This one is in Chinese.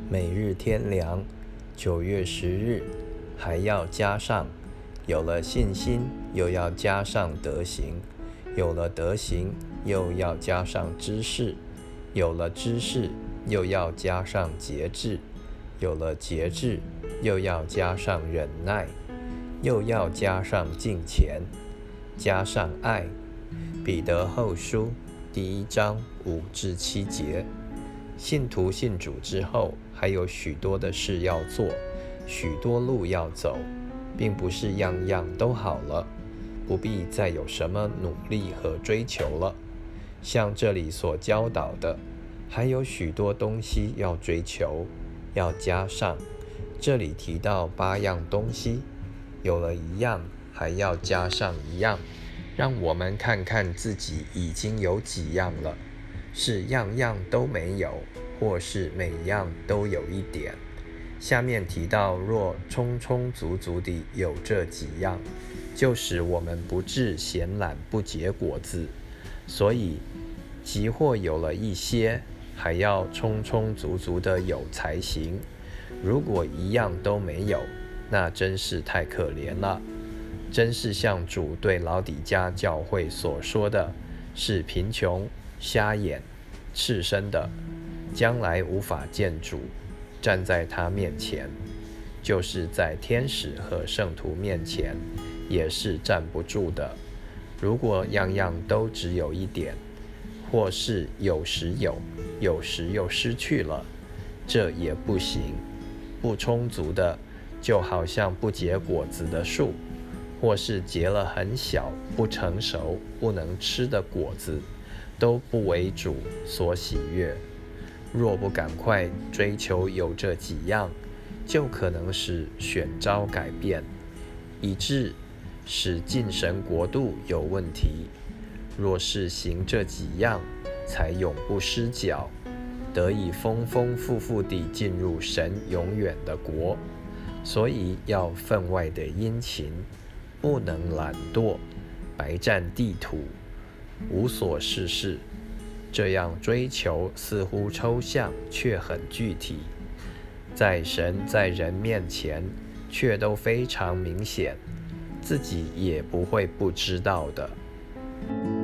每日天良，9月10日，还要加上，有了信心，又要加上德行；有了德行，又要加上知识；有了知识，又要加上节制；有了节制，又要加上忍耐；又要加上敬虔，加上爱。彼得后书第1章5至7节。信徒信主之后，还有许多的事要做，许多路要走，并不是样样都好了，不必再有什么努力和追求了。像这里所教导的，还有许多东西要追求，要加上。这里提到8样东西，有了1样，还要加上1样，让我们看看自己已经有几样了。是样样都没有，或是每样都有一点。下面提到，若充充足足地有这几样，就使我们不致闲懒不结果子。所以，即或有了一些，还要充充足足的有才行。如果1样都没有，那真是太可怜了。真是像主对老底嘉教会所说的，是贫穷、瞎眼、赤身的，将来无法见主，站在他面前，就是在天使和圣徒面前，也是站不住的。如果样样都只有一点，或是有时有，有时又失去了，这也不行。不充足的，就好像不结果子的树，或是结了很小、不成熟、不能吃的果子，都不为主所喜悦。若不赶快追求有这几样，就可能使选召改变，以致使进神国度有问题。若是行这几样，才永不失脚，得以丰丰富富地进入神永远的国。所以要分外的殷勤，不能懒惰，白占地土，无所事事。这样追求似乎抽象，却很具体，在神在人面前却都非常明显，自己也不会不知道的。